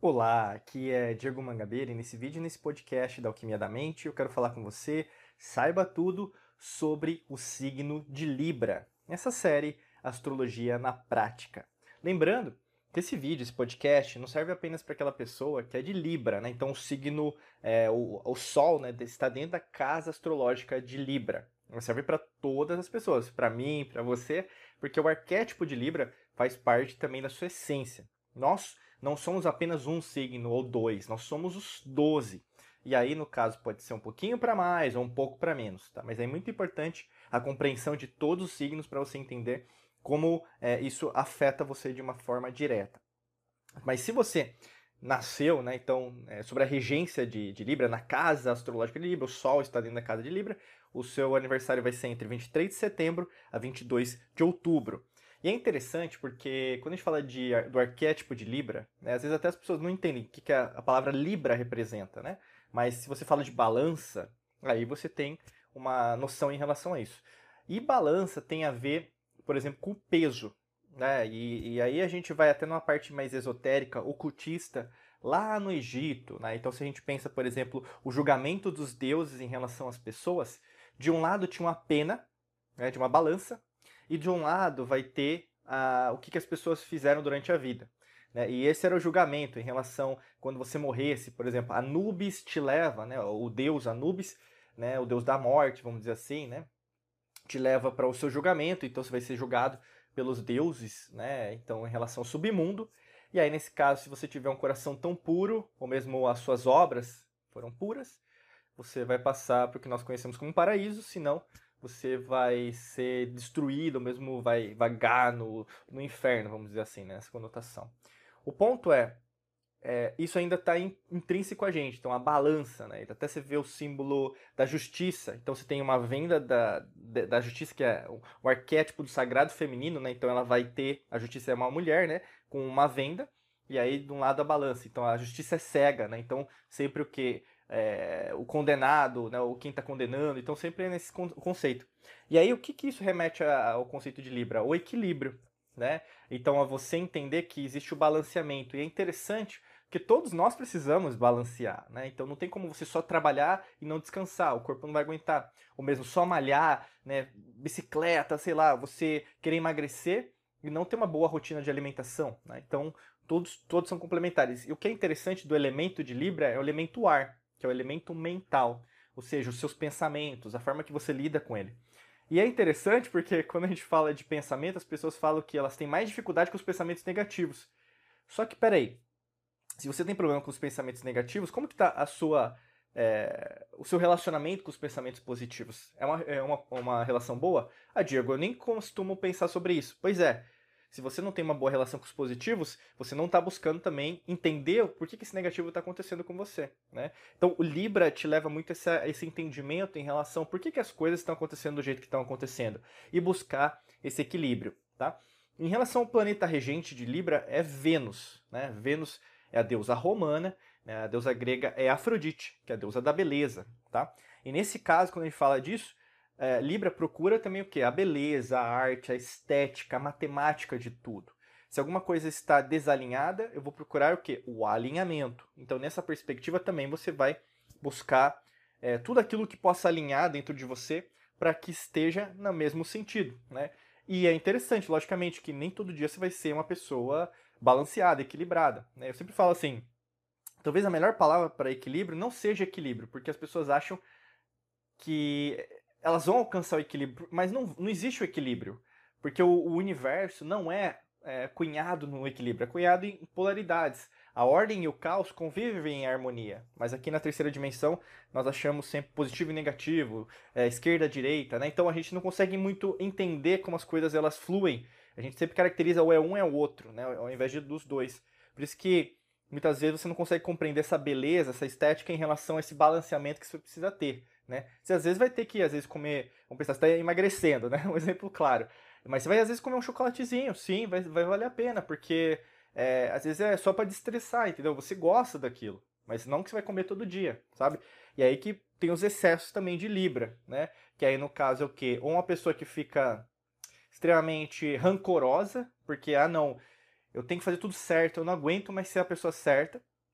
Olá, aqui é Diego Mangabeira e nesse vídeo, nesse podcast da Alquimia da Mente, eu quero falar com você, saiba tudo sobre o signo de Libra, nessa série Astrologia na Prática. Lembrando que esse vídeo, esse podcast, não serve apenas para aquela pessoa que é de Libra, né? Então o signo, o Sol, né, está dentro da casa astrológica de Libra. Serve para todas as pessoas, para mim, para você, porque o arquétipo de Libra faz parte também da sua essência. Nós não somos apenas um signo ou dois, nós somos os 12. E aí, no caso, pode ser um pouquinho para mais ou um pouco para menos, tá? Mas é muito importante a compreensão de todos os signos para você entender como isso afeta você de uma forma direta. Mas se você nasceu, né, então, sobre a regência de Libra, na casa astrológica de Libra, o Sol está dentro da casa de Libra, o seu aniversário vai ser entre 23 de setembro a 22 de outubro. E é interessante porque quando a gente fala do arquétipo de Libra, né, às vezes até as pessoas não entendem o que a palavra Libra representa, né? Mas se você fala de balança, aí você tem uma noção em relação a isso. E balança tem a ver, por exemplo, com o peso, né? E aí a gente vai até numa parte mais esotérica, ocultista, lá no Egito, né? Então se a gente pensa, por exemplo, o julgamento dos deuses em relação às pessoas, de um lado tinha uma pena, né, de uma balança, e de um lado vai ter o que as pessoas fizeram durante a vida. Né? E esse era o julgamento em relação quando você morresse, por exemplo, Anubis te leva, né, o deus Anubis, né, o deus da morte, vamos dizer assim, né, te leva para o seu julgamento, então você vai ser julgado pelos deuses, né, então em relação ao submundo. E aí nesse caso, se você tiver um coração tão puro, ou mesmo as suas obras foram puras, você vai passar para o que nós conhecemos como um paraíso, senão você vai ser destruído, ou mesmo vai vagar no inferno, vamos dizer assim, né, essa conotação. O ponto isso ainda está intrínseco a gente, então a balança, né? Até você vê o símbolo da justiça, então você tem uma venda da justiça, que é o arquétipo do sagrado feminino, né? Então ela vai ter, a justiça é uma mulher, né? Com uma venda, e aí de um lado a balança, então a justiça é cega, né? Então sempre o que? O condenado, né? Ou quem está condenando, então sempre é nesse conceito. E aí o que isso remete ao conceito de Libra? O equilíbrio, né? Então, a você entender que existe o balanceamento. E é interessante que todos nós precisamos balancear, né? Então, não tem como você só trabalhar e não descansar, o corpo não vai aguentar. Ou mesmo só malhar, né? Bicicleta, sei lá, você querer emagrecer e não ter uma boa rotina de alimentação, né? Então, todos são complementares. E o que é interessante do elemento de Libra é o elemento ar, que é o elemento mental. Ou seja, os seus pensamentos, a forma que você lida com ele. E é interessante porque quando a gente fala de pensamento, as pessoas falam que elas têm mais dificuldade com os pensamentos negativos. Só que, peraí, se você tem problema com os pensamentos negativos, como que está o seu relacionamento com os pensamentos positivos? É uma relação boa? Ah, Diego, eu nem costumo pensar sobre isso. Pois é, se você não tem uma boa relação com os positivos, você não está buscando também entender por que esse negativo está acontecendo com você, né? Então, o Libra te leva muito a esse entendimento em relação por que as coisas estão acontecendo do jeito que estão acontecendo e buscar esse equilíbrio, tá? Em relação ao planeta regente de Libra, é Vênus, né? Vênus é a deusa romana, né? A deusa grega é Afrodite, que é a deusa da beleza, tá? E nesse caso, quando a gente fala disso, Libra procura também o quê? A beleza, a arte, a estética, a matemática de tudo. Se alguma coisa está desalinhada, eu vou procurar o quê? O alinhamento. Então, nessa perspectiva, também você vai buscar tudo aquilo que possa alinhar dentro de você para que esteja no mesmo sentido, né? E é interessante, logicamente, que nem todo dia você vai ser uma pessoa balanceada, equilibrada, né? Eu sempre falo assim, talvez a melhor palavra para equilíbrio não seja equilíbrio, porque as pessoas acham que elas vão alcançar o equilíbrio, mas não existe o equilíbrio, porque o universo não cunhado no equilíbrio, é cunhado em polaridades. A ordem e o caos convivem em harmonia, mas aqui na terceira dimensão nós achamos sempre positivo e negativo, esquerda e direita, né? Então a gente não consegue muito entender como as coisas elas fluem. A gente sempre caracteriza ou é um ou é o outro, né? Ao invés dos dois. Por isso que muitas vezes você não consegue compreender essa beleza, essa estética em relação a esse balanceamento que você precisa ter, né? Você às vezes vai ter que, às vezes, comer, vamos pensar, você está emagrecendo, né? Um exemplo claro. Mas você vai, às vezes, comer um chocolatezinho, sim, vai valer a pena, porque às vezes é só para destressar, entendeu? Você gosta daquilo, mas não que você vai comer todo dia, sabe? E aí que tem os excessos também de Libra, né? Que aí, no caso, é o quê? Ou uma pessoa que fica extremamente rancorosa, porque, não, eu tenho que fazer tudo certo, eu não aguento mais ser a pessoa certa,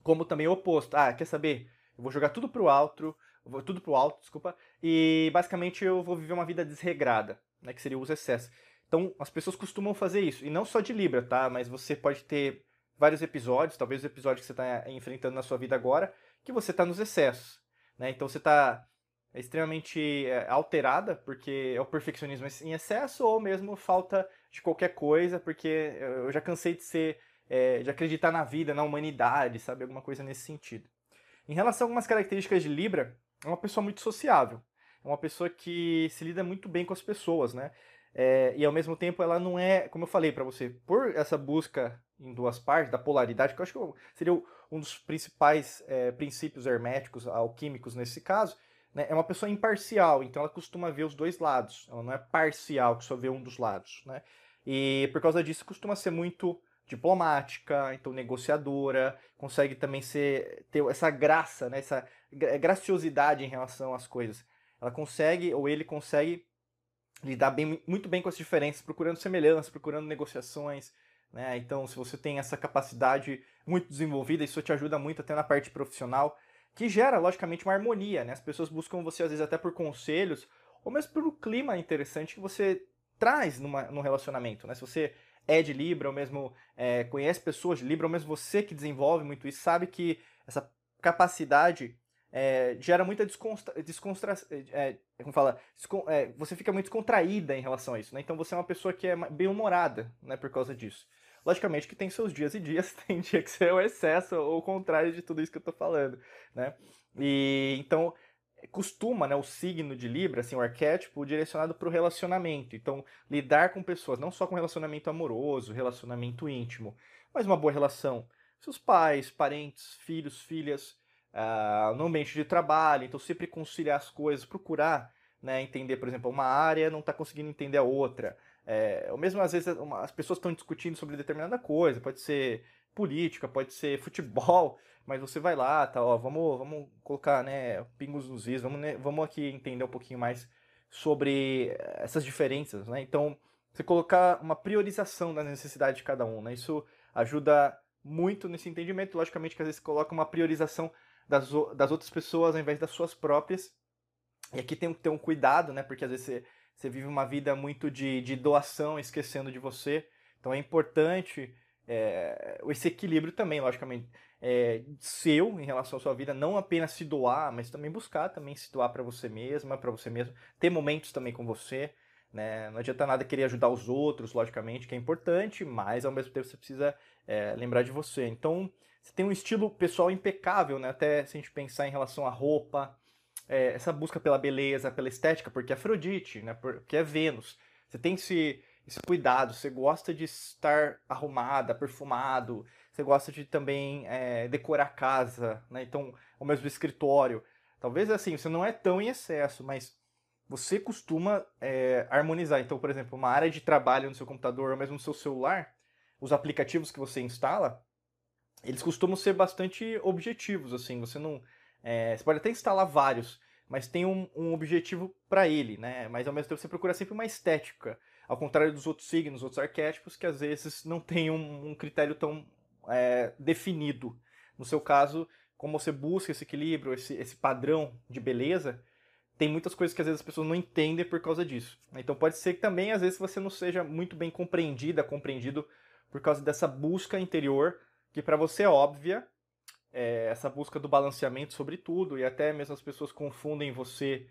como também o oposto. Ah, quer saber? Eu vou jogar tudo pro alto, tudo pro alto, desculpa, e basicamente eu vou viver uma vida desregrada, né, que seria os excessos. Então, as pessoas costumam fazer isso, e não só de Libra, tá? Mas você pode ter vários episódios, talvez o episódio que você está enfrentando na sua vida agora, que você está nos excessos, né? Então você está extremamente alterada, porque é o perfeccionismo em excesso, ou mesmo falta de qualquer coisa, porque eu já cansei de ser de acreditar na vida, na humanidade, sabe? Alguma coisa nesse sentido. Em relação a algumas características de Libra, é uma pessoa muito sociável. É uma pessoa que se lida muito bem com as pessoas, né? E ao mesmo tempo ela não é, como eu falei para você, por essa busca em duas partes, da polaridade, que eu acho que seria um dos principais princípios herméticos, alquímicos nesse caso, né? É uma pessoa imparcial, então ela costuma ver os dois lados. Ela não é parcial, que só vê um dos lados, né? E por causa disso costuma ser muito diplomática, então negociadora, consegue também ter essa graça, né, essa graciosidade em relação às coisas. Ela consegue, ou ele consegue, lidar muito bem com as diferenças, procurando semelhanças, procurando negociações. Né? Então, se você tem essa capacidade muito desenvolvida, isso te ajuda muito até na parte profissional, que gera, logicamente, uma harmonia. Né? As pessoas buscam você, às vezes, até por conselhos, ou mesmo pelo clima interessante que você traz num relacionamento. Né? Se você é de Libra, ou mesmo conhece pessoas de Libra, ou mesmo você que desenvolve muito isso, sabe que essa capacidade gera muita como fala, você fica muito descontraída em relação a isso, né? Então você é uma pessoa que é bem humorada, né, por causa disso. Logicamente que tem seus dias e dias, tem dia que você é o excesso ou o contrário de tudo isso que eu tô falando, né? E então costuma, né, o signo de Libra, assim, o arquétipo direcionado para o relacionamento. Então, lidar com pessoas, não só com relacionamento amoroso, relacionamento íntimo, mas uma boa relação. Seus pais, parentes, filhos, filhas, no ambiente de trabalho. Então, sempre conciliar as coisas, procurar, né, entender, por exemplo, uma área não está conseguindo entender a outra. Ou mesmo, às vezes, as pessoas estão discutindo sobre determinada coisa, pode ser política, pode ser futebol, mas você vai lá, tá, ó, vamos colocar, né, pingos nos is, vamos aqui entender um pouquinho mais sobre essas diferenças, né? Então, você colocar uma priorização das necessidades de cada um, né? Isso ajuda muito nesse entendimento. Logicamente que às vezes você coloca uma priorização das outras pessoas ao invés das suas próprias. E aqui tem que ter um cuidado, né? Porque às vezes você vive uma vida muito de doação, esquecendo de você. Então é importante esse equilíbrio também, logicamente, seu em relação à sua vida, não apenas se doar, mas também buscar também se doar para você mesma, para você mesmo, ter momentos também com você, né? Não adianta nada querer ajudar os outros, logicamente, que é importante, mas ao mesmo tempo você precisa lembrar de você. Então, você tem um estilo pessoal impecável, né? Até se a gente pensar em relação à roupa, essa busca pela beleza, pela estética, porque é Afrodite, né? Porque é Vênus. Você tem esse cuidado, você gosta de estar arrumada, perfumado, você gosta de também decorar a casa, né? Então, o mesmo escritório. Talvez assim, você não é tão em excesso, mas você costuma harmonizar. Então, por exemplo, uma área de trabalho no seu computador ou mesmo no seu celular, os aplicativos que você instala, eles costumam ser bastante objetivos, assim, você não... você pode até instalar vários, mas tem um objetivo para ele, né? Mas ao mesmo tempo você procura sempre uma estética, ao contrário dos outros signos, outros arquétipos, que às vezes não tem um critério tão definido. No seu caso, como você busca esse equilíbrio, esse padrão de beleza, tem muitas coisas que às vezes as pessoas não entendem por causa disso. Então pode ser que também às vezes você não seja muito bem compreendido por causa dessa busca interior que para você é óbvia, essa busca do balanceamento sobre tudo, e até mesmo as pessoas confundem você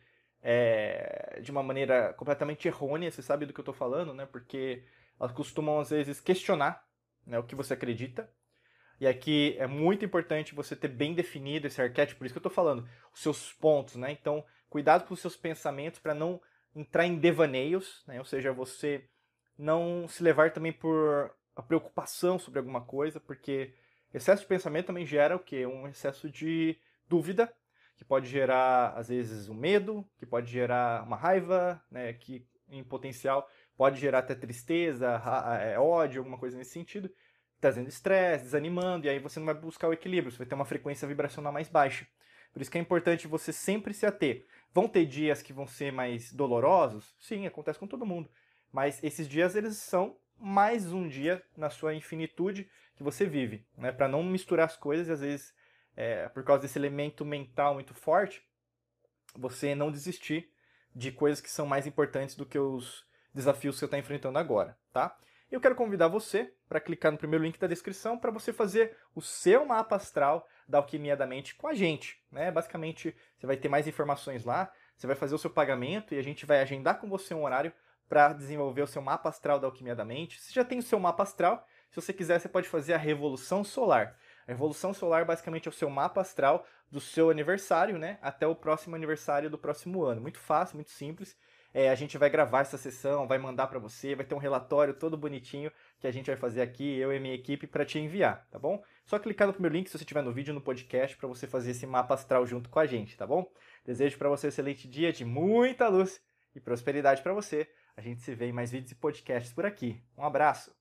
de uma maneira completamente errônea, você sabe do que eu estou falando, né? Porque elas costumam às vezes questionar, né, o que você acredita. E aqui é muito importante você ter bem definido esse arquétipo, por isso que eu estou falando, os seus pontos, né? Então, cuidado com os seus pensamentos para não entrar em devaneios, né? Ou seja, você não se levar também por a preocupação sobre alguma coisa, porque excesso de pensamento também gera o quê? Um excesso de dúvida, que pode gerar, às vezes, um medo, que pode gerar uma raiva, né? Que, em potencial, pode gerar até tristeza, ódio, alguma coisa nesse sentido, trazendo estresse, desanimando, e aí você não vai buscar o equilíbrio, você vai ter uma frequência vibracional mais baixa. Por isso que é importante você sempre se ater. Vão ter dias que vão ser mais dolorosos? Sim, acontece com todo mundo. Mas esses dias eles são mais um dia na sua infinitude que você vive, né? Para não misturar as coisas e às vezes por causa desse elemento mental muito forte, você não desistir de coisas que são mais importantes do que os desafios que você está enfrentando agora, tá? Eu quero convidar você para clicar no primeiro link da descrição para você fazer o seu mapa astral da Alquimia da Mente com a gente, né? Basicamente, você vai ter mais informações lá, você vai fazer o seu pagamento e a gente vai agendar com você um horário para desenvolver o seu mapa astral da Alquimia da Mente. Você já tem o seu mapa astral, se você quiser, você pode fazer a Revolução Solar. A Revolução Solar basicamente é o seu mapa astral do seu aniversário, né, até o próximo aniversário do próximo ano. Muito fácil, muito simples. A gente vai gravar essa sessão, vai mandar para você, vai ter um relatório todo bonitinho que a gente vai fazer aqui, eu e a minha equipe, para te enviar, tá bom? Só clicar no primeiro link se você estiver no vídeo, no podcast, para você fazer esse mapa astral junto com a gente, tá bom? Desejo para você um excelente dia de muita luz e prosperidade para você. A gente se vê em mais vídeos e podcasts por aqui. Um abraço!